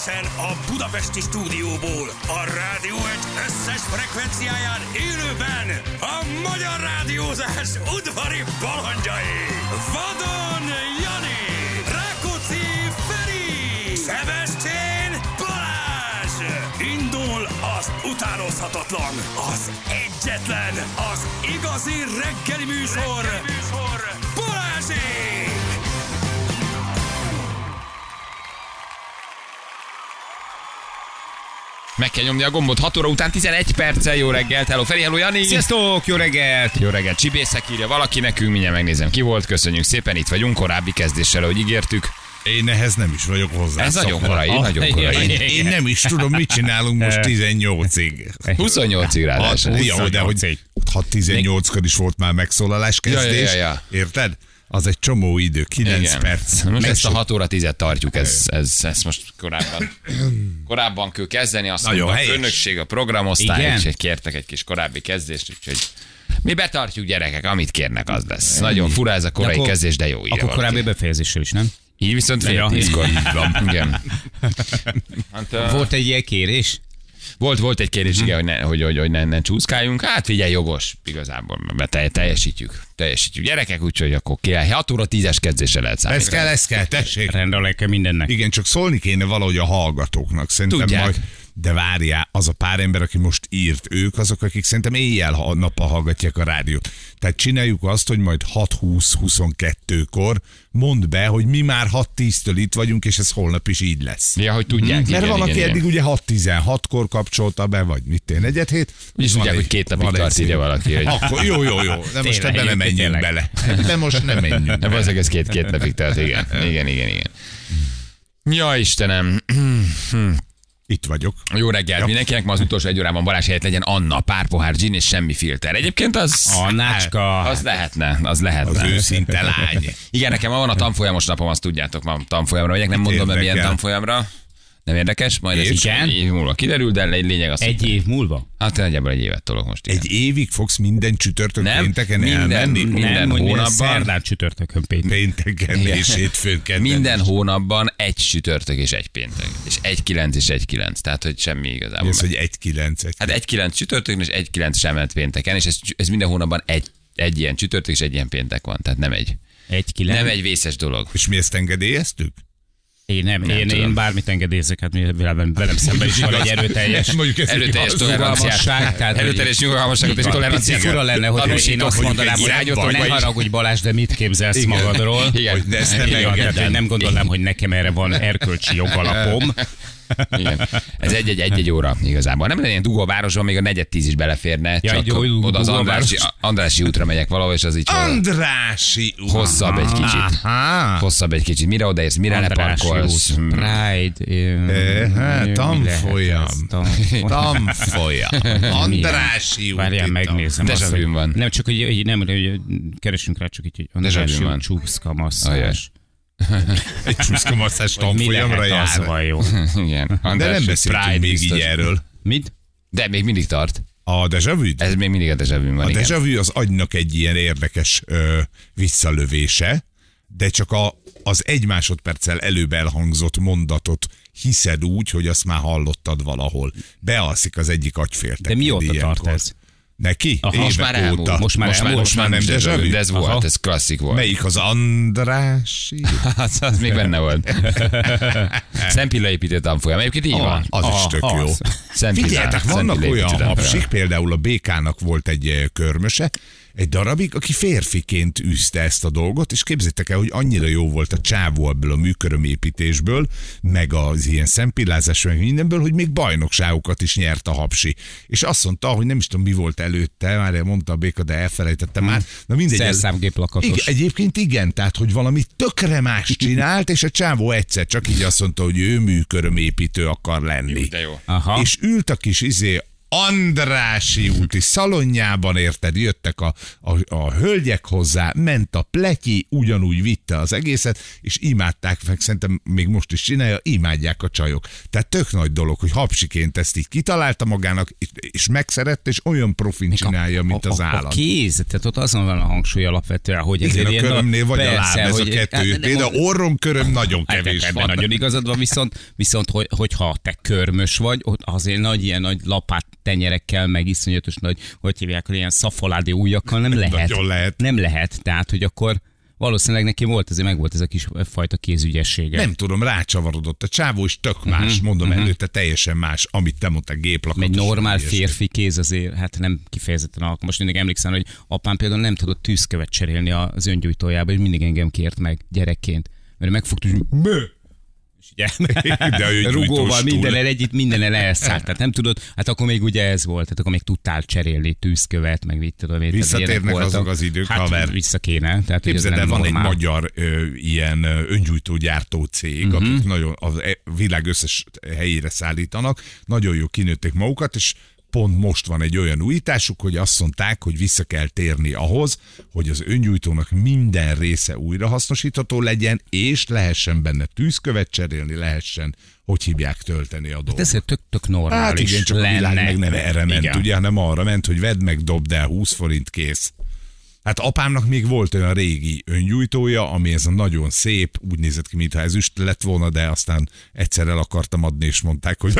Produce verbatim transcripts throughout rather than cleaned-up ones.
Egyenesen a budapesti stúdióból, a Rádió egy összes frekvenciáján élőben a magyar rádiózás udvari balandjai. Vadon Jani, Rákóczi Feri, Szebestén Balázs. Indul az utánozhatatlan, az egyetlen, az igazi reggeli műsor, reggeli műsor. Balázsék! Meg kell nyomni a gombot, hat óra után tizenegy perccel. Jó reggelt, hello Feri, hello Jani. Sziasztok, jó reggelt. Jó reggelt, Csibészek írja valaki nekünk, mindjárt megnézem ki volt, köszönjük szépen, itt vagyunk, korábbi kezdéssel, ahogy ígértük. Én ehhez nem is vagyok hozzá. Ez nagyon korai, ah, nagyon korai. Én, én nem is tudom, mit csinálunk most tizennyolcig. huszonnyolcig ráadásul. Jó, de hogy ha tizennyolckor is volt már megszólalás kezdés, ja, ja, ja. Érted? Az egy csomó idő, kilenc Igen. perc. Most ezt a hat óra tízet tartjuk, ez, ez, ez most korábban. Korábban kell kezdeni, azt mondta a főnökség, a programosztály, és kértek egy kis korábbi kezdést, úgyhogy mi betartjuk, gyerekek, amit kérnek, az lesz. Nagyon fura ez a korai akkor, kezdés, de jó írja. Akkor valaki. korábbi befejezéssel is, nem? Így viszont fél tízkor. Igen. Hát, uh, Volt egy ilyen kérés? Volt, volt egy kérés, igen, hogy, ne, hogy, hogy, hogy ne, ne csúszkáljunk. Hát figyelj, jogos, igazából, mert te, teljesítjük. Teljesítjük gyerekek, úgyhogy akkor kiáll. hat óra tízes kezdésre lehet számítani. Ez kell, ez kell, tessék. Rendelek kell mindennek. Igen, csak szólni kéne valahogy a hallgatóknak. Szerintem Tudják. majd, de várjál, az a pár ember, aki most írt, ők azok, akik szerintem éjjel nappal hallgatják a rádiót. Tehát csináljuk azt, hogy majd hat húsz huszonkettőkor mondd be, hogy mi már hat tíztől itt vagyunk, és ez holnap is így lesz. Ja, hogy tudják. Mert igen, valaki igen, eddig igen. ugye hat tizenhatkor kapcsolta be, vagy mit én, egyet hét. Úgyis tudják, hogy két napig tart, írja valaki. Hogy... Akkor jó, jó, jó. De most ebben nem menjünk bele. De most nem menjünk De bele. valószínűleg ez két-két napig tart, igen. Igen, igen, igen. Ja, Istenem. Itt vagyok. Jó reggelt Ja. mindenkinek, ma az utolsó egy órában Balázs helyett legyen Anna, pár pohár gin és semmi filter. Egyébként az... Annácska. Az lehetne, az lehetne. Az őszinte lány. Igen, nekem ma van a tanfolyamos napom, azt tudjátok, ma tanfolyamra megyek, nem mondom, hogy milyen Érdekel. tanfolyamra. Nem érdekes, majd ez És? is egy év múlva kiderül, de egy lényeg az, Egy hogy- év múlva? Hát nagyjából egy évet tolok most. Igen. Egy évig fogsz minden csütörtök Nem, pénteken minden- elmenni? minden nem, hogy hónapban- szerdán, csütörtökön, péntek. Pénteken Igen. és hétfőn kedden. Minden hónapban egy sütörtök és egy péntek. És egy kilenc és egy kilenc. Tehát, hogy semmi igazából. Ez, hogy egy kilenc. Egy... Hát egy kilenc csütörtökön és egy kilenc sem lehet pénteken, és ez, ez minden hónapban egy, egy ilyen csütörtök és egy ilyen péntek van. Tehát nem egy, Egy kilenc. nem egy vészes dolog. És mi ezt engedélyeztük? Én nem, Nem én, tudom. én bármit engedélyezek, hát mi- velem, velem szemben is van egy erőteljes. Mondjuk ez Erőteljes toleranciát. tehát Erőteljes nyugalmasságot és Picit toleranciát. fura lenne, hogy én tanúsítok, azt hogy mondanám, egy hogy irányítóban ne is. haragudj Balázs, de mit képzelsz Igen. magadról? Igen. Hogy ezt nem Igen, tehát engedem. én nem gondolnám, hogy nekem erre van erkölcsi jogalapom. Igen. Ez egy-egy, egy-egy óra igazából. Nem lenne ilyen dugóvárosban, még a negyed tíz is beleférne, Ja, csak jó, jó, oda az dugóváros. Andrássy, Andrássy útra megyek valahol, és az így Andrássy út. hosszabb egy kicsit. Aha. Hosszabb egy kicsit. Mire odaérsz, mire Andrássy leparkolsz? út, Pride. Eh, hát, mi tanfolyam. lehet ez? Tanfolyam. Tanfolyam. Andrássy út. Várjál, itt megnézem. Déjà azt, vu hogy- van. Nem csak, hogy, hogy nem, hogy keresünk rá, csak így, hogy Andrássy van. út, csúszka, Ajaj. masszás. Egy csúszkamasszás Mi tanfolyamra lehet az jár. vajon? Igen. De Andrássy nem beszéltünk Pride még biztos. így erről. Mit? De még mindig tart. A déjà vu? Ez még mindig a déjà vu van, A igen. déjà vu az agynak egy ilyen érdekes ö, visszalövése, de csak a, az egy másodperccel előbb elhangzott mondatot hiszed úgy, hogy azt már hallottad valahol. Bealszik az egyik agyféltek. De mióta tart ez? Neki? Aha. Évek Most már elmúlt. óta. Most már most már, elmúlt. most már nem déjà vu, de ez Aha. volt, ez klasszik volt. Melyik az Andrássy? Az, az még benne volt. Szempilla építő tanfolyam. Egyébként így van. Az is tök az. jó. Szempilla- Figyeljetek, vannak Szempilla olyan építő tanfolyam. hapsik, például a bé ká-nak volt egy eh, körmöse, egy darabig, aki férfiként űzte ezt a dolgot, és képzeljétek el, hogy annyira jó volt a csávó ebből a műkörömépítésből, meg az ilyen szempillázás, meg mindenből, hogy még bajnokságokat is nyert a hapsi. És azt mondta, hogy nem is tudom, mi volt előtte, már mondta a béka, de elfelejtettem már. Na mindegy. Szerszámgép lakatos. Igen, egyébként igen, tehát, hogy valami tökre más csinált, és a csávó egyszer csak így azt mondta, hogy ő műkörömépítő akar lenni. De jó. Aha. És ült a kis izé Andrássy úti szalonjában, érted, jöttek a, a, a hölgyek hozzá, ment a pletyi, ugyanúgy vitte az egészet, és imádták, meg szerintem még most is csinálja, imádják a csajok. Tehát tök nagy dolog, hogy hapsiként ezt így kitalálta magának, és megszerette, és olyan profin csinálja, mint a, az a, állat. A kéz, tehát ott azon van a hangsúly alapvetően, hogy igen, ezért a ilyen körömnél vagy persze, a láb, ez hogy, a kettő. Hát, például a orromköröm nagyon kevés hát, van. Nagyon igazad van, viszont, viszont hogy, hogyha te körmös vagy, ott azért nagy, ilyen nagy lapát tenyerekkel, meg iszonyatos nagy, hogy hívják, hogy ilyen szafaládi ujjakkal nem lehet. lehet. Nem lehet, tehát, hogy akkor valószínűleg neki volt, azért meg volt ez a kis fajta kézügyessége. Nem tudom, rácsavarodott. A csávó is tök más, uh-huh, mondom uh-huh. előtte teljesen más, amit te mondtál, géplakatos. Egy normál férfi kéz azért, hát nem kifejezetten alkalmas. Most mindig emlékszem, hogy apám például nem tudott tűzkövet cserélni az öngyújtójába, és mindig engem kért meg gyerekként. Mert megfogta, hogy de rugóval mindennel együtt, mindennel elszállt. Tehát nem tudod, hát akkor még ugye ez volt, tehát akkor még tudtál cserélni tűzkövet, meg mit tudom. Visszatérnek azok az idők, hát, haver. Vissza kéne. Tehát, képzeld el, van normál. Egy magyar ö, ilyen öngyújtógyártó cég, uh-huh. akik nagyon a világ összes helyére szállítanak, nagyon jó kinőtték magukat, és pont most van egy olyan újításuk, hogy azt mondták, hogy vissza kell térni ahhoz, hogy az öngyújtónak minden része újrahasznosítható legyen, és lehessen benne tűzkövet cserélni, lehessen, hogy hívják, tölteni a dolgot. Hát ez tök, tök normális. Hát igen, csak lenne. A világ meg nem erre ment, igen. ugye, hanem arra ment, hogy vedd meg, dobd el, húsz forint, kész. Hát apámnak még volt olyan régi öngyújtója, ami ez a nagyon szép, úgy nézett ki, mintha ezüst lett volna, de aztán egyszer el akartam adni, és mondták, hogy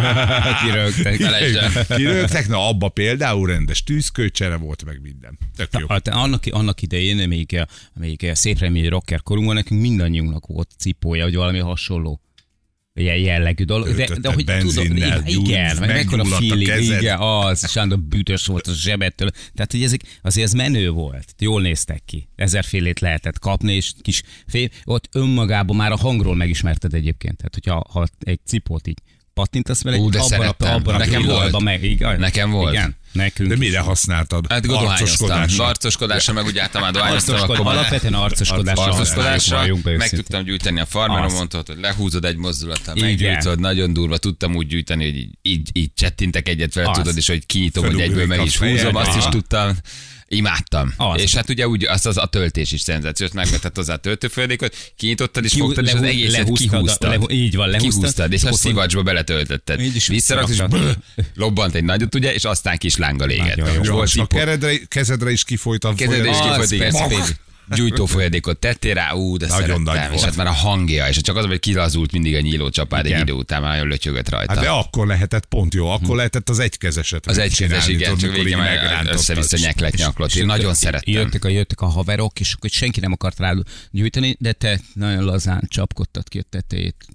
kirögtek. Kirögtek, na abba például rendes tűzkőcsere volt, meg minden. Tök jó. Hát annak, annak idején, még, még szép remény rocker korunkban, nekünk mindannyiunknak volt cipója, hogy valami hasonló. Ilyen jellegű dolog. De, de hogy tudom, igen, meg mekkora feeling, igen, az, és állandóan büdös volt a zsebettől. Tehát, hogy ezek, azért ez menő volt. Jól néztek ki. Ezerfélét lehetett kapni, és kis fél, ott önmagában már a hangról megismerted egyébként. Tehát, hogyha ha egy cipót így pattintasz vele, Ú, de abban a, abban a nekem volt. Meg, igen, nekem volt. Igen. Nekünk de mire használtad? Hát dohányoztam. Arcoskodásra, meg úgy általában dohányoztam. Alapvetően arcoskodásra. Arcoskodásra. Meg tudtam gyűjteni a farmeron, mondtad, hogy lehúzod egy mozdulattal, meggyújtod, nagyon durva, tudtam úgy gyűjteni, hogy így, így, így csettintek egyet vele, tudod, és hogy kinyitom, hogy egyből meg is húzom, azt is tudtam. Imádtam. Az. És hát ugye úgy az, az a töltés is szenzációs, megvetett hozzá a töltőfolyadékot, kinyitottad és Ki, fogtad, lehu, és az egészet kihúztad. Le, így van, lehúztad. Kihúztad, és, és a szivacsba beletöltötted. Visszarakt, és lobbant egy nagyot, ugye, és aztán kis lánggal éget. A kezedre is kifolyt a kezedre is kifolyt, igen. Gyújtófolyadékot tettél rá, ú, de nagyon szerettem, és hát már a hangja, és csak az, hogy kilazult mindig a nyílócsapád egy idő után, már nagyon lötyögött rajta. Hát de akkor lehetett, pont jó, akkor hm. lehetett az egykezeset. Az egykezes, igen, csak végén már össze-vissza nyeklet nyaklott. Én nagyon szerettem. Jöttek a, jöttek a haverok, és akkor senki nem akart rá gyújtani, de te nagyon lazán csapkodtad ki a tetejét.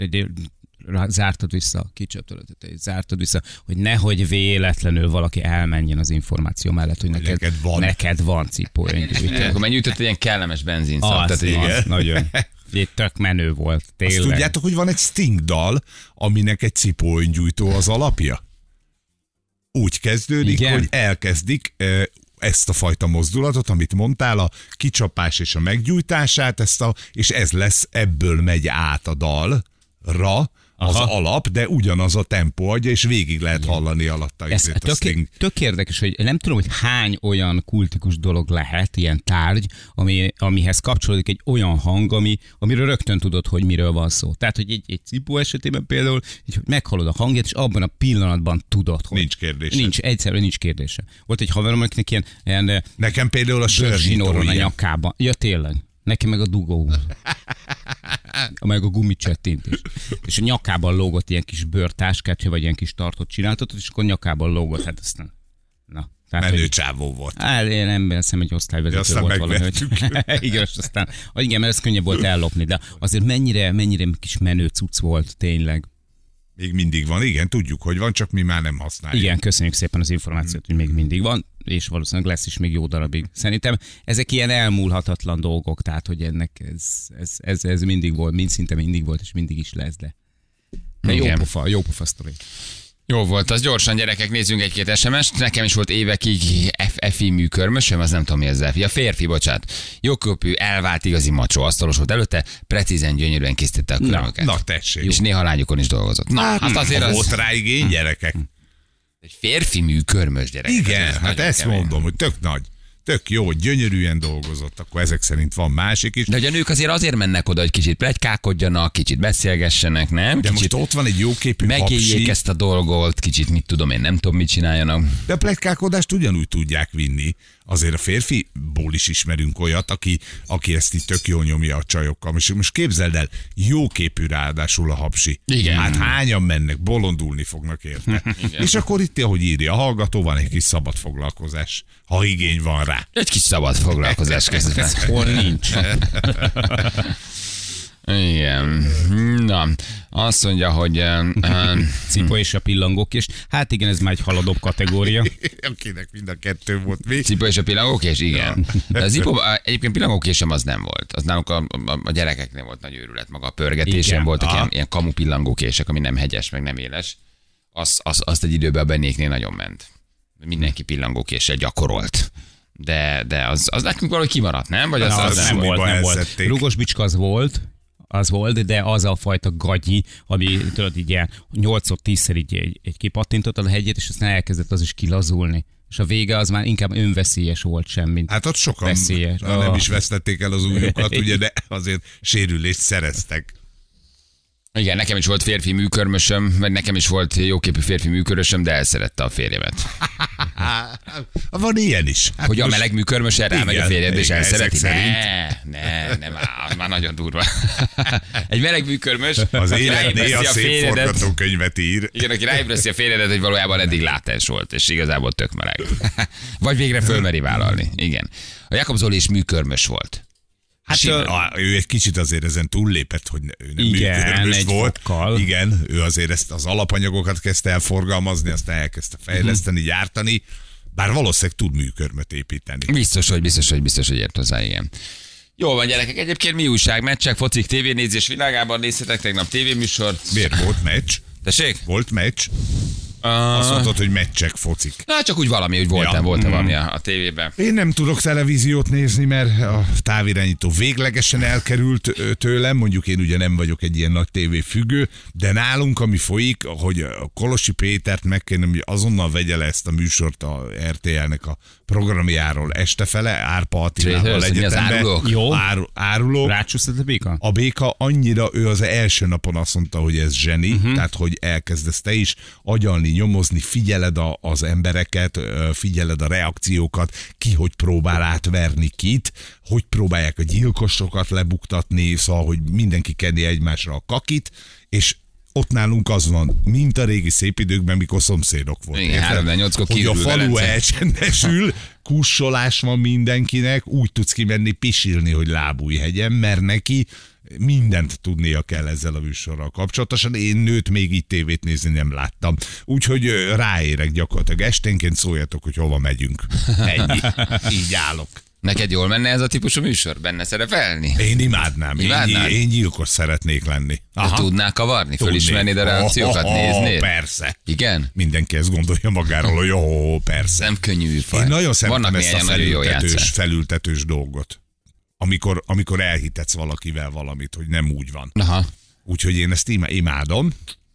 Zártad vissza, kicsaptad a tetejét, zártad vissza, hogy nehogy véletlenül valaki elmenjen az információ mellett, hogy neked, neked van, neked van cipója. Akkor megnyújtott egy ilyen kellemes benzinszak. Az, tehát, az nagyon. Egy tök menő volt, tényleg. Azt tudjátok, hogy van egy Sting dal, aminek egy cipóöngyújtó az alapja? Úgy kezdődik, igen? Hogy elkezdik ezt a fajta mozdulatot, amit mondtál, a kicsapás és a meggyújtását, ezt a, és ez lesz, ebből megy át a dalra, az aha. alap, de ugyanaz a tempó adja, és végig lehet igen. hallani alatta. Ez tök, tök érdekes, hogy nem tudom, hogy hány olyan kultikus dolog lehet, ilyen tárgy, ami, amihez kapcsolódik egy olyan hang, ami, amiről rögtön tudod, hogy miről van szó. Tehát, hogy egy, egy cipó esetében például, hogy meghallod a hangját, és abban a pillanatban tudod, hogy... Nincs kérdése. Nincs, egyszerűen nincs kérdése. Volt egy haverom, akinek ilyen... ilyen nekem például a sörnyitó a nyakában. Ja, tényleg. Neki meg a dugó. Meg a gumicsettintés. És a nyakában lógott ilyen kis bőrtáskát, vagy ilyen kis tartot csináltatott, és akkor nyakában lógott. Hát aztán... Na. Menő csávó volt. Hát én nem beszem, hogy osztályvezető volt valami. Hogy... igen, aztán, igen, mert ez könnyebb volt ellopni, de azért mennyire, mennyire kis menő cucc volt tényleg. Még mindig van, igen, tudjuk, hogy van, csak mi már nem használjuk. Igen, köszönjük szépen az információt, hogy még mindig van, és valószínűleg lesz is még jó darabig. Szerintem ezek ilyen elmúlhatatlan dolgok, tehát hogy ennek ez, ez, ez, ez mindig volt, mind szinte mindig volt, és mindig is lesz, de, de jó pofa, jó pofa sztori. Jó volt, az gyorsan, gyerekek, nézzünk egy-két es em est. Nekem is volt évekig F-i műkörmösöm, az nem tudom mi ezzel. Ja, férfi, bocsánat. Jóköpű, elvált, igazi macsó, asztalos volt előtte, precízen, gyönyörűen készítette a körmöket. Na, na tessék. És néha lányokon is dolgozott. Na, hát, hát azért az... Volt rá igény, gyerekek. Egy férfi műkörmös gyerek. Igen, ez hát ezt kemény. Mondom, hogy tök nagy. Tök jó, gyönyörűen dolgozott, akkor ezek szerint van másik is. De hogy a nők azért azért mennek oda, hogy kicsit pletykálkodjanak, kicsit beszélgessenek, nem? De kicsit most ott van egy jóképű megéljék hapsi. ezt a dolgot, kicsit mit tudom én, nem tudom mit csináljanak. De a pletykálkodást ugyanúgy tudják vinni. Azért a férfiból is ismerünk olyat, aki, aki ezt itt tök jól nyomja a csajokkal. Most, most képzeld el, jóképű ráadásul a hapsi. Igen. Hát hányan mennek, bolondulni fognak érte. És akkor itt, ahogy írja a hallgató, van egy kis szabad foglalkozás, ha igény van rá. Egy kis szabad foglalkozás közben. Hol nincs. Igen. Na, azt mondja, hogy... Uh, Cipa és a pillangók, és hát igen, ez már egy haladóbb kategória. Akinek mind a kettő volt még. Cipa és a pillangókés, igen. De az Cipa, egyébként pillangókésem az nem volt. Az nálunk a, a, a gyerekeknél volt nagy őrület, maga a pörgetésen voltak ilyen, ilyen kamu pillangókések, ami nem hegyes, meg nem éles. Az, az, azt egy időben a Benéknél nagyon ment. Mindenki pillangókéssel gyakorolt. De, de az, az nekünk valahogy kimaradt, nem? Vagy az, Na, az, az nem nem volt, nem volt. Rugos bicska az volt, az volt, de az a fajta gagyi, ami tudod így nyolcszor-tízszer így egy, egy kipattintottad a hegyét, és aztán elkezdett az is kilazulni. És a vége az már inkább önveszélyes volt sem, mint hát ott sokan veszélyes. nem oh. is vesztették el az ujjukat, ugye, de azért sérülést szereztek. Igen, nekem is volt férfi műkörmösöm, vagy nekem is volt jóképű férfi műkörösöm, de elszerette a férjemet. Van ilyen is. Hát hogy most... a meleg műkörmösen rámegy a férjed, és elszereti? Ne, ne, ne, már, már nagyon durva. Egy meleg műkörmös, az élet néha szép forgatókönyvet ír. Igen, aki ráébreszi a férjedet, hogy valójában eddig látás volt, és igazából tök meleg. Vagy végre fölmeri vállalni. Igen. A Jakab Zoli is műkörmös volt. Hát a, ő egy kicsit azért ezen túllépett, hogy ő nem műkörmös volt. Fokkal. Igen, ő azért ezt az alapanyagokat kezdte el forgalmazni, aztán elkezdte fejleszteni, uh-huh. gyártani, bár valószínűleg tud műkörmöt építeni. Biztos, hogy biztos, hogy biztos, hogy ért hozzá, igen. Jó van, gyerekek, egyébként mi újság, meccsek, focik, tévénézés világában, néztetek tegnap tévéműsor. Miért volt meccs? Tessék? Volt meccs. Uh, Azt mondtad, hogy meccsek, focik. Na, csak úgy valami, hogy voltam, ja. voltam valami a, a tévében. Én nem tudok televíziót nézni, mert a távirányító véglegesen elkerült tőlem, mondjuk én ugye nem vagyok egy ilyen nagy tévéfüggő, de nálunk, ami folyik, hogy a Kolosi Pétert megkérnem, hogy azonnal vegye le ezt a műsort a er té el-nek a programjáról estefele, Árpa Attilával egyetembe. Jó. Ár, áruló. Rácsúsztat a béka? A béka annyira, ő az első napon azt mondta, hogy ez zseni, uh-huh. tehát hogy elkezdesz te is agyalni, nyomozni, figyeled a, az embereket, figyeled a reakciókat, ki hogy próbál átverni kit, hogy próbálják a gyilkosokat lebuktatni, szóval, hogy mindenki kenni egymásra a kakit, és ott nálunk az van, mint a régi szép időkben, mikor szomszédok volt. Igen, három-nyolckor hogy a falu elcsendesül, kussolás van mindenkinek, úgy tudsz kimenni pisilni, hogy Lábújhegyen, mert neki mindent tudnia kell ezzel a műsorral kapcsolatosan. Én nőt még így tévét nézni nem láttam. Úgyhogy ráérek gyakorlatilag esténként, szóljatok, hogy hova megyünk. Ennyi. Így állok. Neked jól menne ez a típusú műsor? Benne szerepelni? Én imádnám. Imádnám? Én, én gyilkos szeretnék lenni. Aha. De tudnál kavarni? Fölismernéd a reakciókat? Oh, oh, oh, néznéd? Persze. Igen? Mindenki ezt gondolja magáról, hogy jó, persze. Nem könnyű faj. Én nagyon szeretem ezt a felültetős, felültetős dolgot. Amikor, amikor elhitetsz valakivel valamit, hogy nem úgy van. Aha. Úgyhogy én ezt imádom.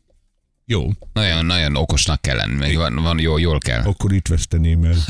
Jó. Nagyon, nagyon okosnak kell lenni, meg van, van jó, jól kell. Akkor itt veszteném el.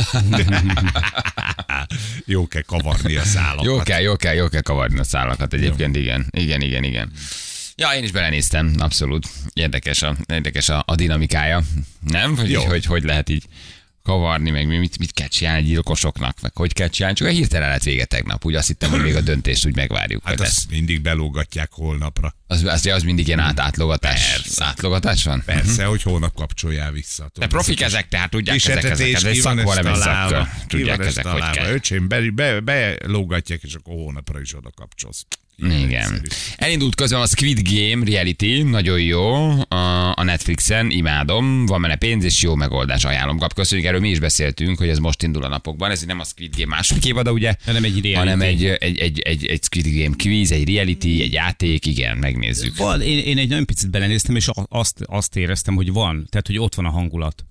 Jó kell kavarni a szálakat. Jó kell, jó kell, jó kell kavarni a szálakat egyébként, jó. igen. Igen, igen, igen. Ja, én is belenéztem, abszolút. Érdekes a, érdekes a, a dinamikája. Nem? Hogy, hogy hogy lehet így kavarni, meg mit, mit kell csinálni gyilkosoknak, meg hogy kell csinálni, csak hirtelen lett vége tegnap. Úgy azt hittem, hogy még a döntést úgy megvárjuk. Hát azt lesz. Mindig belógatják holnapra. Az, az, az mindig ilyen át, átlogatás. Persze. Átlogatás van? Persze, uh-huh. hogy holnap kapcsoljál vissza. De profik ezek, tehát tudják ezek, ezek. Ez egy szakma, nem egy szakkör. Tudják ezek, hogy kell. Öcsém, belógatják, és akkor holnapra is oda kapcsolsz. Igen. Elindult közben a Squid Game Reality, nagyon jó, a Netflixen, imádom, van benne pénz és jó megoldás, ajánlom. Kap, köszönjük, erről mi is beszéltünk, hogy ez most indul a napokban, ez nem a Squid Game második évada, ugye, hanem egy reality. hanem egy, egy, egy, egy, egy Squid Game quiz, egy reality, egy játék, igen, megnézzük. Van, én, én egy nagyon picit belenéztem, és azt, azt éreztem, hogy van, tehát hogy ott van a hangulat.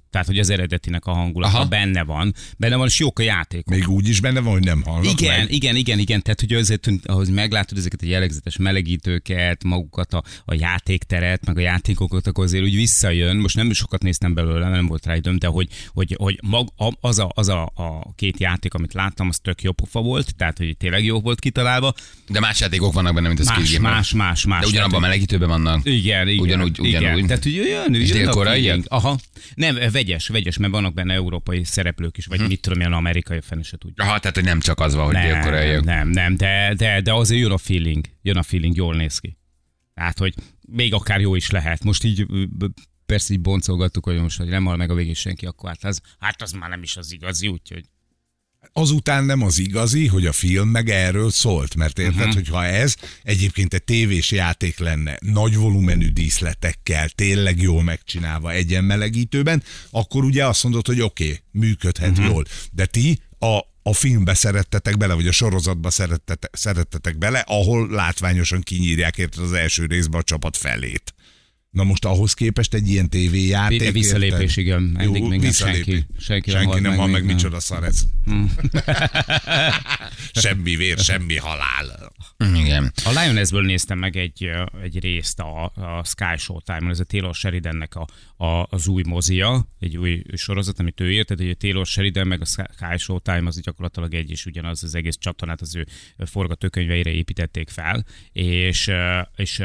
Tehát, hogy az eredetinek a hangulata benne van. Benne van, és jók a játékok. Még úgy is benne van, hogy nem hallnak Igen, meg. igen, igen, igen. Tehát, hogy azért, ahogy meglátod ezeket a jellegzetes melegítőket, magukat, a, a játékteret, meg a játékokat, akkor azért úgy visszajön. Most nem sokat néztem belőle, nem volt rá időm, de hogy, hogy, hogy mag, az, a, az a, a két játék, amit láttam, az tök jó pofa volt, tehát, hogy tényleg jó volt kitalálva. De más játékok vannak benne, mint a más, Skill Game. Más, más, más. De ugyanabban a melegítőben vannak. Igen, igen. Ugyanúgy, ugyanúgy. Igen. Tehát, hogy jön, és dél-koreaiak? Aha. Nem, vegyes, vegyes, mert vannak benne európai szereplők is, vagy hm. mit tudom, ilyen amerikai fene se tudja. Aha, tehát, hogy nem csak az van, hogy dél-koreaiak. Nem, nem, de, de, de azért jön a feeling, jön a feeling, jól néz ki. Tehát, hogy még akár jó is lehet. Most így persze így boncolgattuk, hogy most, hogy nem hal meg a végén senki, akkor hát az, hát az már nem is az igazi, úgyhogy. Azután nem az igazi, hogy a film meg erről szólt, mert érted, uh-huh. hogy ha ez egyébként egy tévés játék lenne, nagy volumenű díszletekkel, tényleg jól megcsinálva egyenmelegítőben, akkor ugye azt mondod, hogy oké, okay, működhet uh-huh. jól. De ti a, a filmbe szerettetek bele, vagy a sorozatba szerettetek, szerettetek bele, ahol látványosan kinyírják érted az első részben a csapat felét. Na most ahhoz képest egy ilyen tévéjáték... Visszalépés, igen. Jó, még, még visszalépés. Senki, senki, senki nem, nem hal meg, meg micsoda szar ez. Semmi vér, semmi halál. Igen. A Lioness-ből néztem meg egy, egy részt a, a Sky Showtime-on, ez a Taylor Sheridannek a, a, az új mozia, egy új sorozat, amit ő írt, tehát a Taylor Sheridan meg a Sky Showtime az gyakorlatilag egy és ugyanaz, az egész csatornát az ő forgatókönyveire építették fel, és, és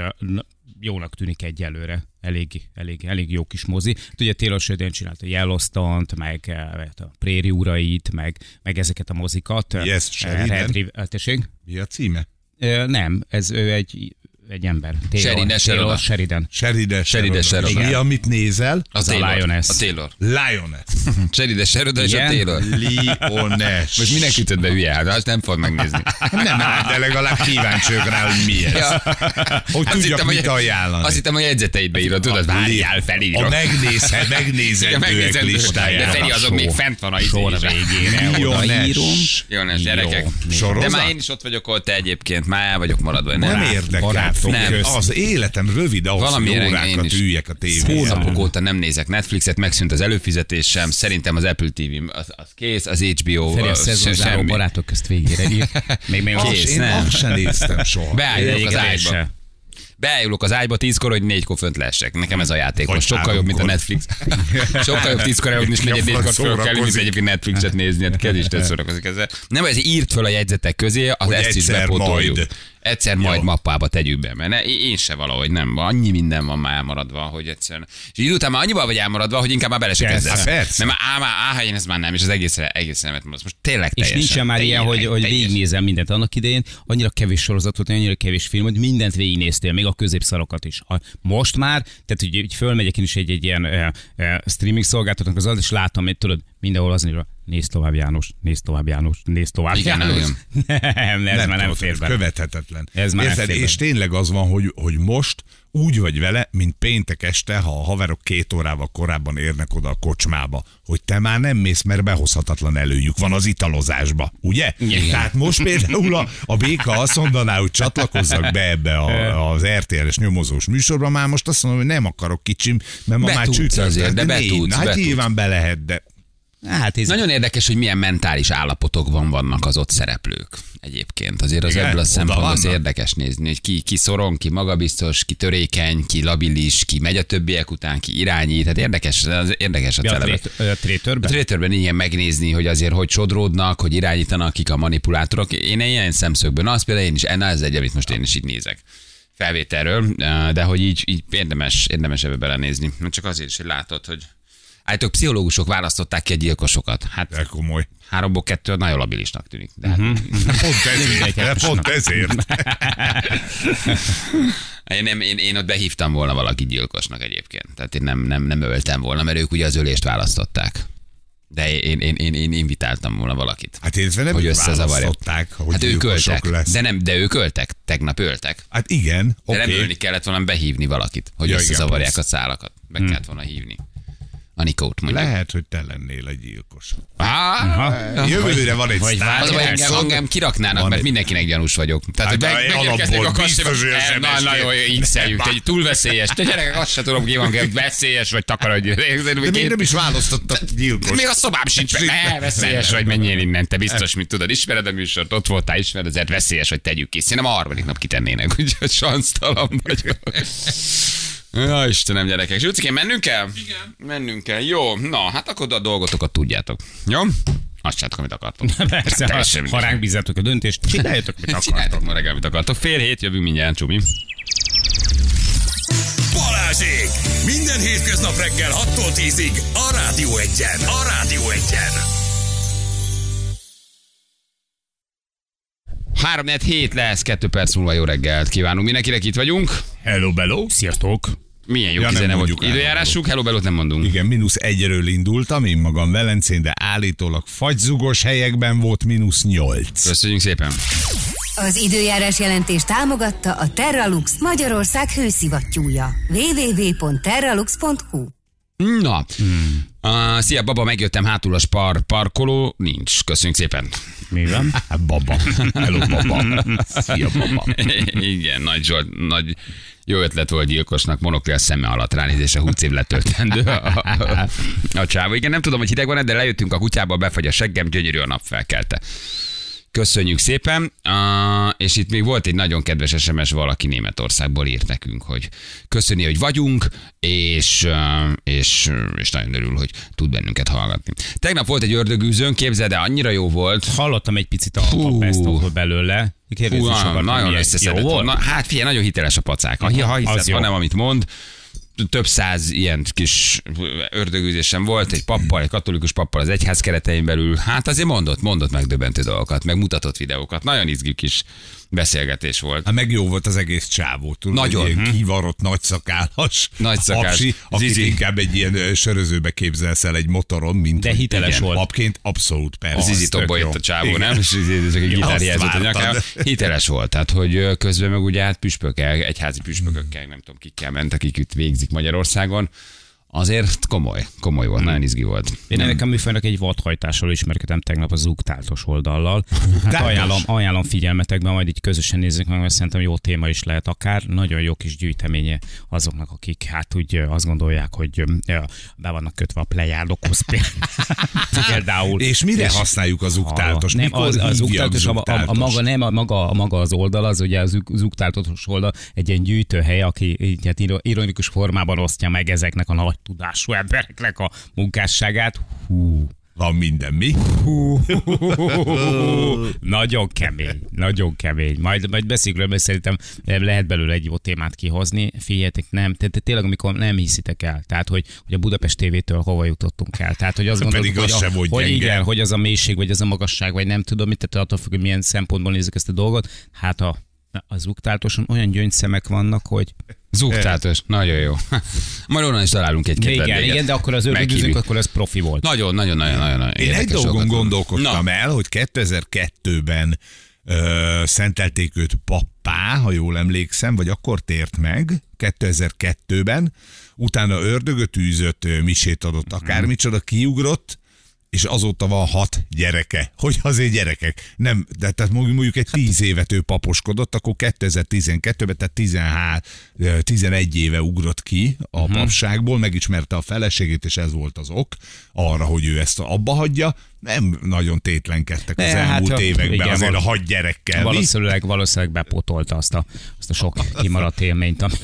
jónak tűnik egyelőre. Elég, elég, elég jó kis mozi. Ugye Taylor Sheridan csinálta Yellowstone-t, meg a Préri urait, meg, meg ezeket a mozikat. Yes, Sheridan. Tessék? Mi a címe? Nem, ez ő egy egy ember. Sheridan, Taylor Sheridan. Sheridan, Sheridan, Sheridan. Mi, amit nézel? Az a Lioness. A Taylor. Lioness. Sheridan, Sheridan és a Taylor. Lioness. Most mindenki ütött be hülye, hát azt nem fogod megnézni. Nem, de legalább kíváncsiak rá, hogy mi ez. Ja. Hogy azt tudjak, hittem, mit hogy, ajánlani. Azt hittem, hogy jegyzeteidbe írod, tudod, várjál, felírok. A megnézhet, megnézhetőek listájára. De Feri, azok még fent van a sor végén. Lioness. Lioness, gyerekek. De már én is ott vagyok, ott te egyébként, már el vagyok maradva. Nem érdekel. Az életem rövid ahhoz, hogy órákat üljek a tévére. Hónapok óta nem nézek Netflixet, megszűnt az előfizetésem, szerintem az Apple té vé az, az kész, az há bé ó Feri, a szezonzáró barátok közt végére ír. Még még kész, én nem. azt sem néztem soha. Beálljuk az ágyba. Beállok az ágyba tízkor, hogy négykor fönt lehessek. Nekem ez a játék most sokkal jobb, mint a Netflix. Sokkal jobb tízkor eludni, és negyed négykor föl kell, mint egyébként Netflixet nézni. Hát kezd is tesz szórakozik ezzel. Nem, ez írt föl a jegyzetek közé, az hogy ezt is bepótoljuk. Majd. Egyszer majd jó. Mappába tegyük be, mert ne, én se valahogy nem. Annyi minden van már elmaradva, hogy egyszerűen. És így után már annyival vagy elmaradva, hogy inkább már bele se kezdesz. Nem, áh, én ez már nem, és az egészre, egészen nem most tényleg teljesen. És nincsen már ilyen, hogy, hogy végignézem mindent. Annak idején annyira kevés sorozatot, annyira kevés film, hogy mindent végignéztél, még a középszarokat is. Most már, tehát hogy, hogy fölmegyek én is egy, egy ilyen uh, uh, streaming szolgáltatónak az az, és látom, hogy tudod, mindenhol az írva, nézd tovább János, nézd tovább János, nézd tovább igen, János. Nem, nem, ez nem már nem tudod, fér be. Követhetetlen. Ez már Érted, és tényleg az van, hogy, hogy most úgy vagy vele, mint péntek este, ha a haverok két órával korábban érnek oda a kocsmába, hogy te már nem mész, mert behozhatatlan előnyük van az italozásba, ugye? Igen. Tehát most például a, a béka azt mondaná, hogy csatlakozzak be ebbe a, az er té el-es nyomozós műsorba, már most azt mondom, hogy nem akarok kicsim, mert ma be már csütörtök. De be tudsz, hát be nyilván be lehet, de... Hát ez nagyon érdekes, hogy milyen mentális állapotokban vannak az ott szereplők egyébként. Azért az ebből a szempontból az érdekes nézni, hogy ki, ki szorong, ki magabiztos, ki törékeny, ki labilis, ki megy a többiek után, ki irányít. Tehát érdekes, az érdekes a ja, celebek. A Trétörben? A Trétörben ilyen megnézni, hogy azért hogy sodródnak, hogy irányítanak, kik a manipulátorok. Én ilyen szemszögből, na az például én is, na ez egy, amit most én is így nézek felvételről, de hogy így, így érdemes, érdemes ebbe belenézni. Csak azért is, hogy látod, hogy állítólag pszichológusok választották ki a gyilkosokat. Hát de komoly. Háromból kettő nagyon labilisnak tűnik. De hát... uh-huh. Pont ezért. De pont ezért. én, nem, én, én ott behívtam volna valaki gyilkosnak egyébként. Tehát én nem, nem, nem öltem volna, mert ők ugye az ölést választották. De én, én, én, én invitáltam volna valakit. Hát én nem hogy választották, hogy hát ők öltek. lesz. De, nem, de ők öltek. Tegnap öltek. Hát igen. De okay. Nem ölni kellett volna behívni valakit, hogy ja, összezavarják igen, a szálakat. Meg hmm. kellett volna hívni. Anikót mondjuk. Lehet, hogy te lennél egy gyilkos. Ah, jövőre van egy sztár. Az, hogy engem, engem kiraknának, van mert egy... mindenkinek gyanús vagyok. Tehát, hogy meg, megérkeznek a kastélyba. Na, na jó, x-eljük, hogy túl veszélyes. Te gyerekek, azt se tudom, ki van, veszélyes vagy takarodj. De még nem is választottak gyilkos. Még a szobám sincs meg. Ne, veszélyes vagy, menjél innen. Te biztos, mint tudod, ismered a műsort, ott voltál, ismered, ezért veszélyes vagy, tegyük ki. Szerintem a harmadik nap kitennének, úgyhogy sansztalan vagyok. Ja, Istenem, gyerekek. Zsülcikén, mennünk kell? Igen. Mennünk kell. Jó, na, hát akkor a dolgotokat tudjátok. Jó? Azt csináltok, amit akartok. Persze, ha, ha ránk bízzátok a döntést, csináljátok, mit akartok. Csináljátok ma reggel, amit akartok. Fél hét, jövünk mindjárt, Csubi. Balázsék! Minden hétköznap reggel hattól tízig a Rádió Egyen. A Rádió Egyen. három hét lesz, kettő perc múlva jó reggelt kívánunk. Mindenkinek itt vagyunk. Hello, bello. Sziasztok. Milyen jó ja, kizene volt. Időjárásuk, hello, bellót nem mondunk. Igen, mínusz egyről indultam, én magam Velencén, de állítólag fagyzugos helyekben volt mínusz nyolc. Köszönjük szépen. Az időjárás jelentés támogatta a Terralux Magyarország hőszivattyúja. double-u double-u double-u pont terralux pont hu. Na, hmm. uh, szia baba, megjöttem, hátul a spar parkoló, nincs. Köszönjük szépen. Mi van? Baba. Hello, baba. Szia, baba. Igen, nagy Zsolt, nagy jó ötlet volt gyilkosnak, monoklél szeme alatt ránézésre húsz év letöltendő a, a, a csávó. Igen, nem tudom, hogy hideg van, de lejöttünk a kutyába, befagy a seggem, gyönyörű a nap felkelte. Köszönjük szépen, uh, és itt még volt egy nagyon kedves es em es, valaki Németországból írt nekünk, hogy köszöni, hogy vagyunk, és, uh, és, és nagyon örül, hogy tud bennünket hallgatni. Tegnap volt egy ördögűzőn, képzeld, de annyira jó volt. Hallottam egy picit a, a pestóból belőle. Hú, nagyon összeszedett. Na, hát figyelj, nagyon hiteles a pacák. Ha, ha hiszed, ha nem, amit mond, több száz ilyen kis ördögűzésem volt, egy pappal, egy katolikus pappal az egyház keretein belül. Hát azért mondott, mondott megdöbbentő dolgokat, meg mutatott videókat. Nagyon izgi kis beszélgetés volt. Hát meg jó volt az egész csávó, tudod? Nagyon. Egy ilyen kivarott, nagyszakállas papsi, akit inkább egy ilyen sörözőbe képzelsz el egy motoron, mint de hiteles igen, volt. Papként, abszolút persze. Zizi tobba jött a csávó, nem? És egy gitárjelzőt a nyakára. Hiteles volt, tehát hogy közben meg ugye hát püspökkel, egyházi püspökökkel, nem tudom kikkel ment, akik itt végzik Magyarországon. Azért komoly, komoly volt, hmm. nagyon izgi volt. Én nem. Nekem műfajnak egy vadhajtásról ismerkedem tegnap a Zugtáltos oldallal. Hát ajánlom, ajánlom figyelmetekben, majd így közösen nézzük meg, mert szerintem jó téma is lehet akár. Nagyon jó kis gyűjteménye azoknak, akik hát úgy azt gondolják, hogy be vannak kötve a plejádokhoz például. És mire és használjuk a Zugtáltos? Nem, az, az Zugtáltos, a, a, a, maga, nem, a, maga, a maga az oldal, az ugye az Zugtáltos oldal egy ilyen gyűjtőhely, aki így, hát ironikus formában osztja meg ezeknek a nagy tudású embereknek a munkásságát. Hú. Van minden, mi? Hú. Nagyon kemény, nagyon kemény. Majd, majd beszélünk, mert szerintem lehet belőle egy jó témát kihozni. Figyeljetek, nem, te, te, tényleg amikor nem hiszitek el, tehát hogy, hogy a Budapest tévétől hova jutottunk el. Tehát, hogy azt gondoltuk, hogy, a, hogy, hogy igen, hogy az a mélység, vagy az a magasság, vagy nem tudom mit, tehát attól függ, hogy milyen szempontból nézzük ezt a dolgot. Hát a, a Zugtáltoson olyan gyöngyszemek vannak, hogy Zugtáltos, nagyon jó. Majd onnan is találunk egy-két igen, vendéget. Igen, de akkor az ördögűzőnk, akkor ez profi volt. Nagyon, nagyon, nagyon, nagyon, nagyon Én egy dolgon gondolkodtam el, hogy kétezer-kettőben ö, szentelték őt pappá, ha jól emlékszem, vagy akkor tért meg, kétezer-kettőben, utána ördögöt űzött, misét adott, akármicsoda, kiugrott, és azóta van hat gyereke. Hogy azért gyerekek? Nem, de tehát mondjuk egy tíz évet ő paposkodott, akkor kétezer-tizenkettőben, tehát tizenhárom, tizenegy éve ugrott ki a uh-huh. papságból, megismerte a feleségét, és ez volt az ok arra, hogy ő ezt abba hagyja. Nem nagyon tétlenkedtek az ne, elmúlt hát, években igen, azért a hat gyerekkel. Valószínűleg, valószínűleg bepótolta azt a, azt a sok kimaradt élményt. Ami...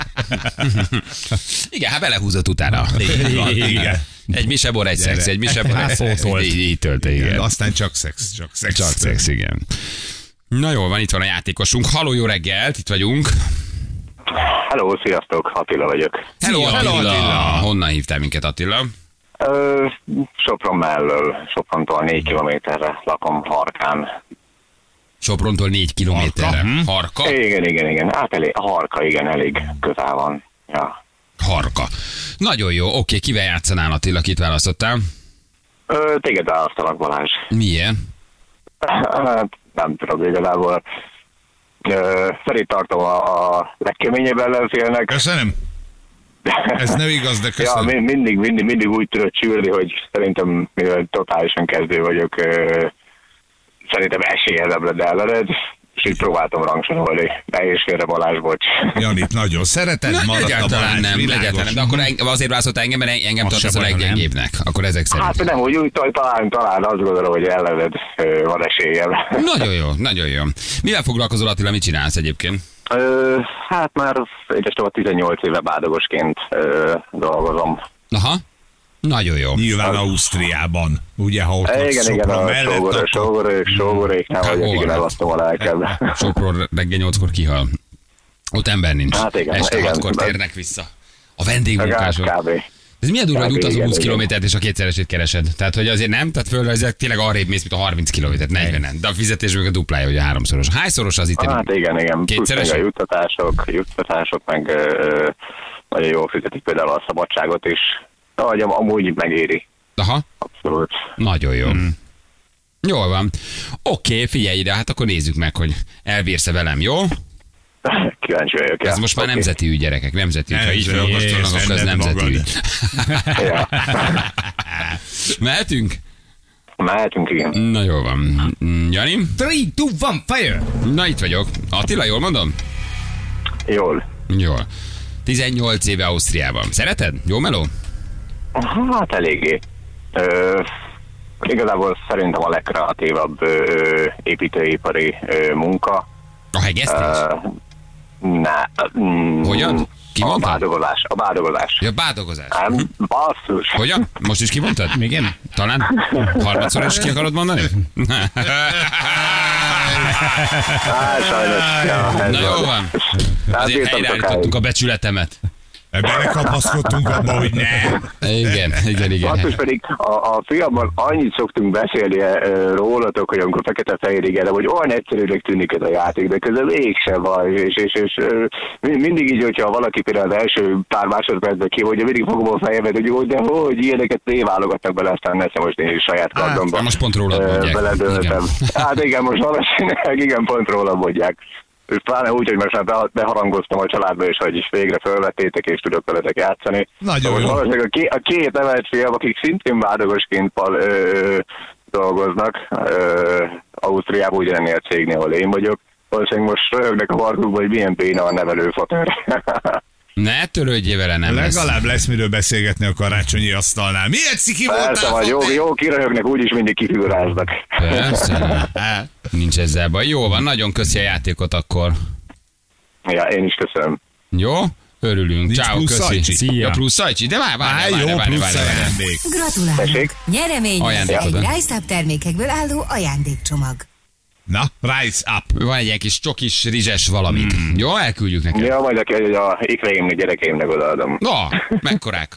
igen, hát belehúzott utána. Igen. Igen. Egy misebor, egy szex, egy misebor, egy szex. Így, így tölte, igen. igen. Aztán csak szex, csak szex. Csak szex, igen. Na jól van, itt van a játékosunk. Halló, jó reggelt, itt vagyunk. Hello, sziasztok, Attila vagyok. Hello, Attila. Hello, Attila. Honnan hívtál minket, Attila? Ö, Sopron mellől, Soprontól négy kilométerre lakom Harkán. Soprontól négy kilométerre? Harka? Harka? Igen, igen, igen. Hát elég, Harka, igen, elég közel van. Ja. Harka. Nagyon jó, oké, kivel játszanál, Attila, kit választottál? Ö, téged választalak, Balázs. Milyen? Nem tudom, igazából. Felé tartom a, a legkeményebb ellenfélnek. Köszönöm. Ez nem igaz, de köszönöm. Ja, mindig, mindig, mindig úgy tudod csülni, hogy szerintem, mivel totálisan kezdő vagyok, szerintem esélyezebb lett ellened, és így próbáltam rangsorolni. Nehéz félre, Balázs, bocs. Janit nagyon szereted, Na, maradt a Balázs, nem, világos. egyáltalán nem, de akkor en- azért választott engem, mert engem tartasz a leggyengébbnek. Akkor ezek szerint. Hát nem, hogy úgy talán, talán azt gondolom, hogy ellened van esélyem. Nagyon jó, nagyon jó. Mivel foglalkozol, Attila, mit csinálsz egyébként? Ö, hát már egyestem a tizennyolc éve bádogosként ö, dolgozom. Aha, nagyon jó. Nyilván Ausztriában, ugye, ha ott Igen, igen, igen, a mellett, sógorék, sógorék, sógoréknál Hát, vagyok, hol igen, van? eladtam a lelkem. Sopron reggel nyolckor kihal. Ott ember nincs. Hát igen, Este igen. hatkor térnek vissza. A vendégmunkások. Kb. Ez milyen durva, hogy Kb. utazol Igen, húsz igen. kilométert és a kétszeresét keresed. Tehát, hogy azért nem, tehát földrajzilag tényleg arrébb mész, mint a harminc kilométert, negyvenen. De a fizetés meg a duplája, ugye háromszoros. Hányszoros az itt? Hát igen, igen. Plusz Kétszeres? meg a juttatások, juttatások, meg ö, nagyon jól fizetik például a szabadságot is. Ahogy am- amúgy megéri. Aha, Abszolút. nagyon jó. Mm. Jól van. Oké, figyelj ide, hát akkor nézzük meg, hogy elbírsz-e velem, jó? Kíváncsi vagyok. Ez ja. most már Oké. nemzeti ügy, gyerekek, nemzeti ügy. Ha Ez így jó, foglalkoztanak, most akkor ez szeded nemzeti magad. ügy. Ja. Mehetünk? Mehetünk, igen. Na jól van. Mm, Jani? Three, two, one, fire! Na itt vagyok. Attila, jól mondom? Jól. Jól. tizennyolc éve Ausztriában. Szereted? Jó meló? Hát eléggé. Ö, igazából szerintem a legkreatívabb ö, építőipari ö, munka. A hegesztés? Ö, ne, mm, Hogyan? Ki A mondta? bádogolás. A bádogolás. Ja, bádogozás. Nem, basszus. Hogyan? Most is kimondtad? Igen? Talán? Harmadszor is ki akarod mondani? Hát sajnos. Ja, ez Na jó van. van. Hát Azért bírtam helyreállítottuk sokáig. a becsületemet. Belekapaszkodtunk abba, hogy ne. Igen, igen, igen. Basszus pedig a, a fiamban annyit szoktunk beszélni ö, rólatok, hogy amikor fekete-fehér igen, hogy olyan egyszerűnek tűnik ez a játék, de közben mégsem van, és, és, és ö, mindig így, hogyha valaki például az első pár másodpercben ki, hogy mindig fogom a fejemet, hogy jó, de hogy ilyeneket téválogatnak bele, aztán nesze most én is saját kardomba. most pont rólad ö, mondják. beledöltem. Hát igen, most valószínűleg igen, pont róla mondják. És pláne úgy, hogy most már be- beharangoztam a családba, és hogy is végre felvettétek, és tudok veletek játszani. Nagyon Most jó. valószínűleg a, ké- a két nevelt fiam, akik szintén bádogosként pal, ö, dolgoznak, ö, Ausztriában ugyanennél a cégnél, ahol én vagyok, valószínűleg most röhögnek a farkukban, hogy milyen béna a nevelőfater. Ne törődjél vele, nem lesz. Legalább lesz miről beszélgetni a karácsonyi asztalnál. Milyen ciki Persze, voltál? vagy jó, Fater? jó kiröhögnek, úgyis mindig kifiguráznak. Persze. Nincs ezzel baj. Jó van, nagyon köszi a játékot akkor. Ja, én is köszönöm. Jó? Örülünk. Nincs Ciao, plusz köszi. szajcsi? Szia. Ja, plusz szajcsi. De várj, Á, várj, jó, várj, várj, plusz várj, várj. ajándék. Gratulálunk! Tessék? Nyeremény Ajándékod, egy ha? Rice Up termékekből álló ajándékcsomag. Na, rise up. Van egy ilyen kis csokis, rizses valamit. Mm. Jó, elküldjük neked. Ja, majd a, a ikreimnek, gyerekeimnek odaadom. Na, mekkorák?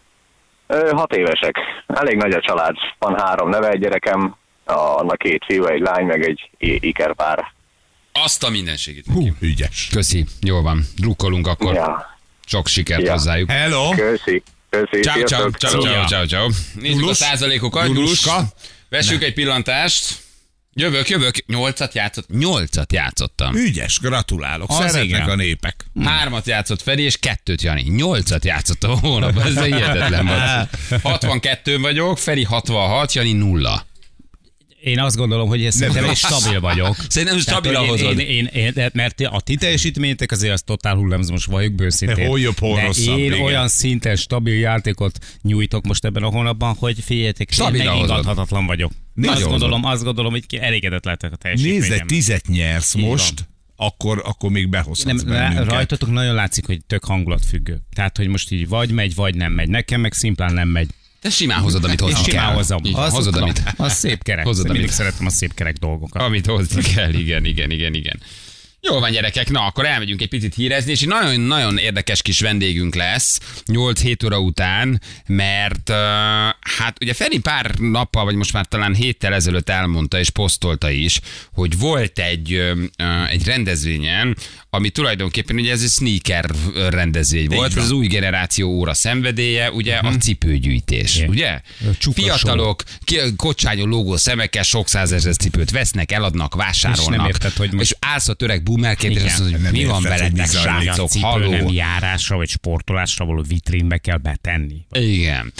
Ö, Hat évesek. Elég nagy a család. Van három neve, gyerekem, annak két fiú, egy lány, meg egy i- ikerpár. Azt a mindenségét. Hú, ügyes. Köszi, jó van. Drukkolunk akkor. Ja. Sok sikert Ja. hozzájuk. Hello. Köszi. Köszi. Ciao, ciao, Sziasztok. ciao, ciao, ciao, ciao. Nézzük Dulus? a százalékokat. Duluska? Dulus. Vessük egy pillantást. Jövök, jövök. Nyolcat játszott. Nyolcat játszottam. Ügyes, gratulálok. Az Szeretnek igen. a népek. Hármat játszott Feri, és kettőt Jani. Nyolcat játszott a hónapban. Ez hihetetlen volt. hatvankettő vagyok, Feri hatvanhat, Jani nulla. Én azt gondolom, hogy ez szerintem én stabil vagyok. Szerintem stabil Tehát, hogy hozod. én, én, én, én, mert a ti teljesítményetek azért az totál hullámzós vagyok, bőszintén. De hol jobb, hol De rosszabb, én igen. olyan szinten stabil játékot nyújtok most ebben a hónapban, hogy figyeljetek, én Stabilan hozod. megingathatatlan vagyok. Nagyon Azt hozod. gondolom, azt gondolom, hogy elégedett lehetek a teljesítményem. Nézd, egy tizet nyersz Így most, van. akkor, akkor még behozhatsz Nem, bennünket. rajtatok nagyon látszik, hogy tök hangulatfüggő. Tehát, hogy most így vagy megy, vagy nem megy. Nekem meg szimplán nem megy. Te simán hozod, amit És hozni simán kell. hozom. Így van, Az, hozod, amit, az szép kerek. Hozod, Mindig amit- szeretem a szép kerek dolgokat. amit hozni kell. Igen, igen, igen, igen. Jó van, gyerekek, na akkor elmegyünk egy picit hírezni, és egy nagyon-nagyon érdekes kis vendégünk lesz nyolc-hét óra után, mert uh, hát ugye Feri pár nappal, vagy most már talán héttel ezelőtt elmondta és posztolta is, hogy volt egy, uh, egy rendezvényen, ami tulajdonképpen ugye ez egy sneaker rendezvény volt, ez az új generáció óra szenvedélye, ugye uh-huh. a cipőgyűjtés, Igen. ugye? Csuka Fiatalok, ki, kocsányó lógó szemekkel sok százezer cipőt vesznek, eladnak, vásárolnak. És nem érted, hogy most- És állsz a töreg boomer kérdés, azt mondja, hogy mi van veletek, srácok, halló. Nem járásra vagy sportolásra való vitrínbe kell betenni. Igen.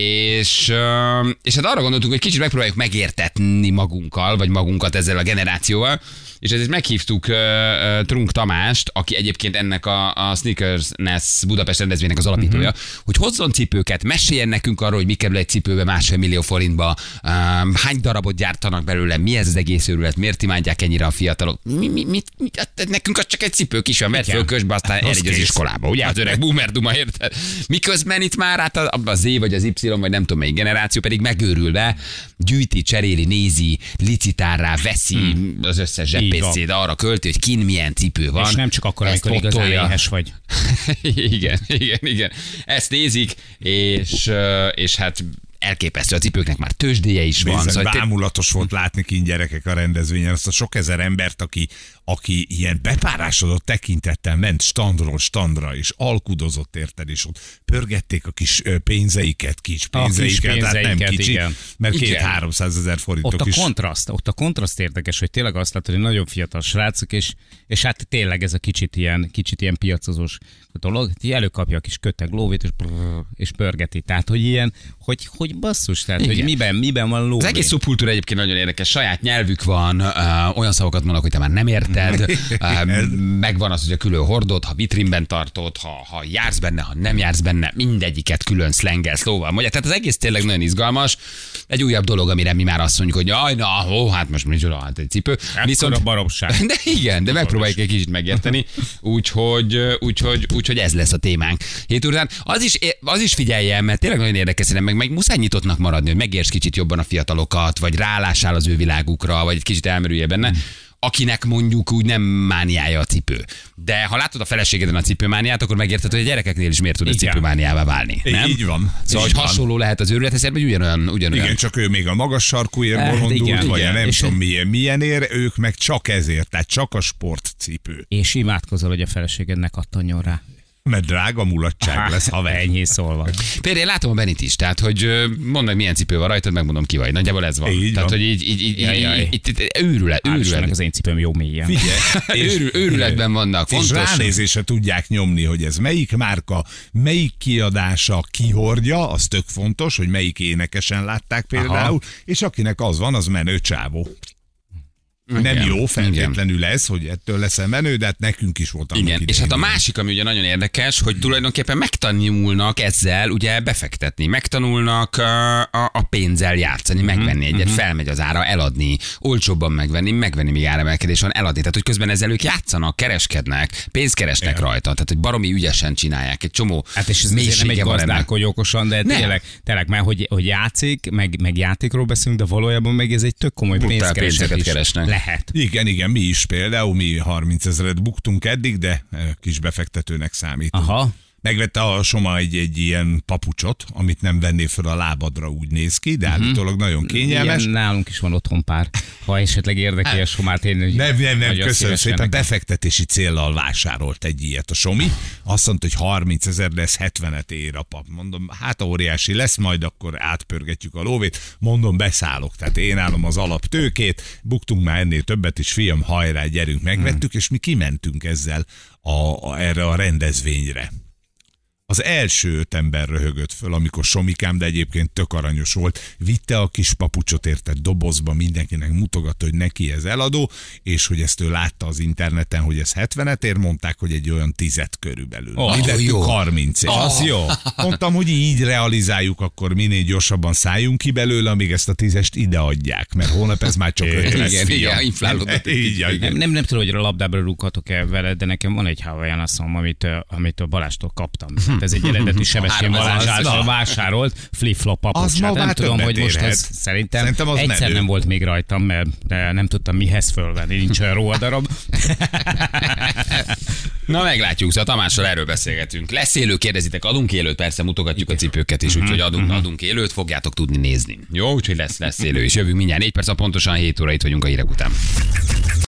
és, és hát arra gondoltunk, hogy kicsit megpróbáljuk megértetni magunkkal, vagy magunkat ezzel a generációval, és ezért meghívtuk uh, uh, Trunk Tamást, aki egyébként ennek a, a Sneakers Nest Budapest rendezvénynek az alapítója, uh-huh. hogy hozzon cipőket, meséljen nekünk arról, hogy mi kerül egy cipőbe másfél millió forintba, uh, hány darabot gyártanak belőle, mi ez az egész őrület, miért imádják ennyire a fiatalok. Mi, mi, mi, mi, nekünk az csak egy cipő kis van, vett föl közbe, aztán elmegy az iskolába, ugye? Az öreg boomer duma, érted? Miközben itt már hát a, a Z vagy az Y, vagy nem tudom melyik generáció pedig megőrülve gyűjti, cseréli, nézi, licitál rá, veszi hmm. az összes zseppészét, arra költi, hogy kin milyen cipő van. És nem csak akkor, amikor igazán éhes vagy. igen, igen, igen. Ezt nézik, és, és hát elképesztő, a cipőknek már tőzsdéje is van. Bizony, szóval bámulatos volt látni kint gyerekek a rendezvényen azt a sok ezer embert, aki, aki ilyen bepárásodott tekintettel ment standról standra, és alkudozott, érted, és ott pörgették a kis pénzeiket, kis pénzeiket, kis tehát nem kicsi, igen. mert két-háromszázezer forintok ott a is. Kontraszt, ott a kontraszt érdekes, hogy tényleg azt látod, hogy nagyon fiatal srácok, és, és hát tényleg ez a kicsit ilyen, kicsit ilyen piacozós dolog, előkapja a kis köteg lóvét, és, brrr, és pörgeti. Tehát, hogy ilyen, hogy, hogy basszus, tehát, igen. hogy miben, miben van lóvé. Az egész szubkultúra egyébként nagyon érdekes, saját nyelvük van, uh, olyan szavakat mondnak, hogy te már nem érted, uh, megvan az, hogy a külön hordod, ha vitrínben tartod, ha, ha jársz benne, ha nem jársz benne, mindegyiket külön szlengelsz lóval. Mondja, tehát az egész tényleg nagyon izgalmas. Egy újabb dolog, amire mi már azt mondjuk, hogy jaj, na, ó, hát most micsoda, hát egy cipő. Viszont a baromság. De igen, de megpróbáljuk egy kicsit megérteni, úgyhogy, úgyhogy, úgyhogy ez lesz a témánk. Hét után az is, az is figyeljen, mert tényleg nagyon érdekes, meg, meg muszáj nyitottnak maradni, hogy megérts kicsit jobban a fiatalokat, vagy rálássál az ő világukra, vagy egy kicsit elmerülje benne. Akinek mondjuk úgy nem mániája a cipő. De ha látod a feleségeden a cipőmániát, akkor megérted, hogy a gyerekeknél is miért tud a cipőmániává válni. Nem? Így van. Szóval, így hogy hasonló van. Lehet az őrület, ezért vagy ugyanolyan, ugyanolyan. Igen, csak ő még a magas sarkúért eh, bolondult, vagy igen. nem tudom milyen, milyenért, ők meg csak ezért, tehát csak a sportcipő. És imádkozol, hogy a feleségednek kattanjon rá. Mert drága mulatság lesz, haver. Ennyi szólva. Például én látom a Benit is, tehát hogy mondd meg milyen cipő van rajtad, megmondom ki vagy. Nagyjából ez van. Így tehát, van. hogy így, így, így, így, így, így őrület, őrület. Az én cipőm jó mélyen. Figyelj, Őr, őrületben vannak. És ránézésre tudják nyomni, hogy ez melyik márka, melyik kiadása kihordja, az tök fontos, hogy melyik énekesen látták például, aha. és akinek az van, az menő csávó. Igen, nem jó feltétlenül igen. ez, hogy ettől leszel menő, de hát nekünk is volt. Igen, és hát a másik, ami ugye nagyon érdekes, hogy tulajdonképpen megtanulnak ezzel ugye befektetni, megtanulnak a, a, a pénzzel játszani, uh-huh, megvenni egyet, uh-huh. felmegy az ára, eladni, olcsóbban megvenni, megvenni, míg áremelkedés van, eladni. Tehát, hogy közben ezzel ők játszanak, kereskednek, pénzt keresnek igen. rajta, tehát, hogy baromi ügyesen csinálják, egy csomó hát és ez nem egy gazdálkodj okosan, de tényleg, tényleg már, hogy, hogy játszik, meg, meg játékról beszélünk, de valójában meg ez egy tök komoly pénzkereslet keresnek. Lehet. Igen, igen, mi is például, mi harmincezret buktunk eddig, de kis befektetőnek számítunk. Aha. Megvette a Soma egy, egy ilyen papucsot, amit nem venné föl a lábadra, úgy néz ki, de uh-huh. állítólag nagyon kényelmes. Igen, nálunk is van otthon pár. Ha esetleg érdekli a Somát, én nem, nem, nem, köszönöm szépen. Nekem. Befektetési céllal vásárolt egy ilyet a Somi. Azt mondta, hogy harmincezer, de ez hetvenet ér a pap. Mondom, hát óriási lesz, majd akkor átpörgetjük a lóvét. Mondom, beszállok. Tehát én állom az alaptőkét, buktunk már ennél többet, és fiam, hajrá, gyerünk, megvettük, hmm. és mi kimentünk ezzel a, a, erre a rendezvényre. Az első öt ember röhögött föl, amikor Somikám, de egyébként tök aranyos volt, vitte a kis papucsot, érted, dobozba, mindenkinek mutogatta, hogy neki ez eladó, és hogy ezt ő látta az interneten, hogy ez hetvenet ér, mondták, hogy egy olyan tizet körülbelül. Oh, Mindenkük harminc ér. Oh. Az jó. Mondtam, hogy így realizáljuk, akkor minél gyorsabban szálljunk ki belőle, amíg ezt a tízest ide adják, mert holnap ez már csak öt lesz. Igen, igen, inflálódott. Nem, nem, nem tudom, hogy a labdábra rúghatok-e veled, de nekem van egy Hawaiian asszom, amit, amit a Balástól kaptam. Ez egy eredetű Sebestyén Balázs által vásárolt flip-flop papucs. Hát nem tudom, hogy most ez szerintem, szerintem az egyszer menő. Nem volt még rajtam, mert nem tudtam mihez fölvenni, nincs olyan ruhadarab. Na meglátjuk, szóval Tamással erről beszélgetünk. Lesz élő, kérdezitek, adunk élőt, persze mutogatjuk a cipőket is, úgyhogy adunk, adunk élőt, fogjátok tudni nézni. Jó, úgyhogy lesz, lesz élő, és jövünk mindjárt négy perc, pontosan hét óra itt vagyunk a hírek után.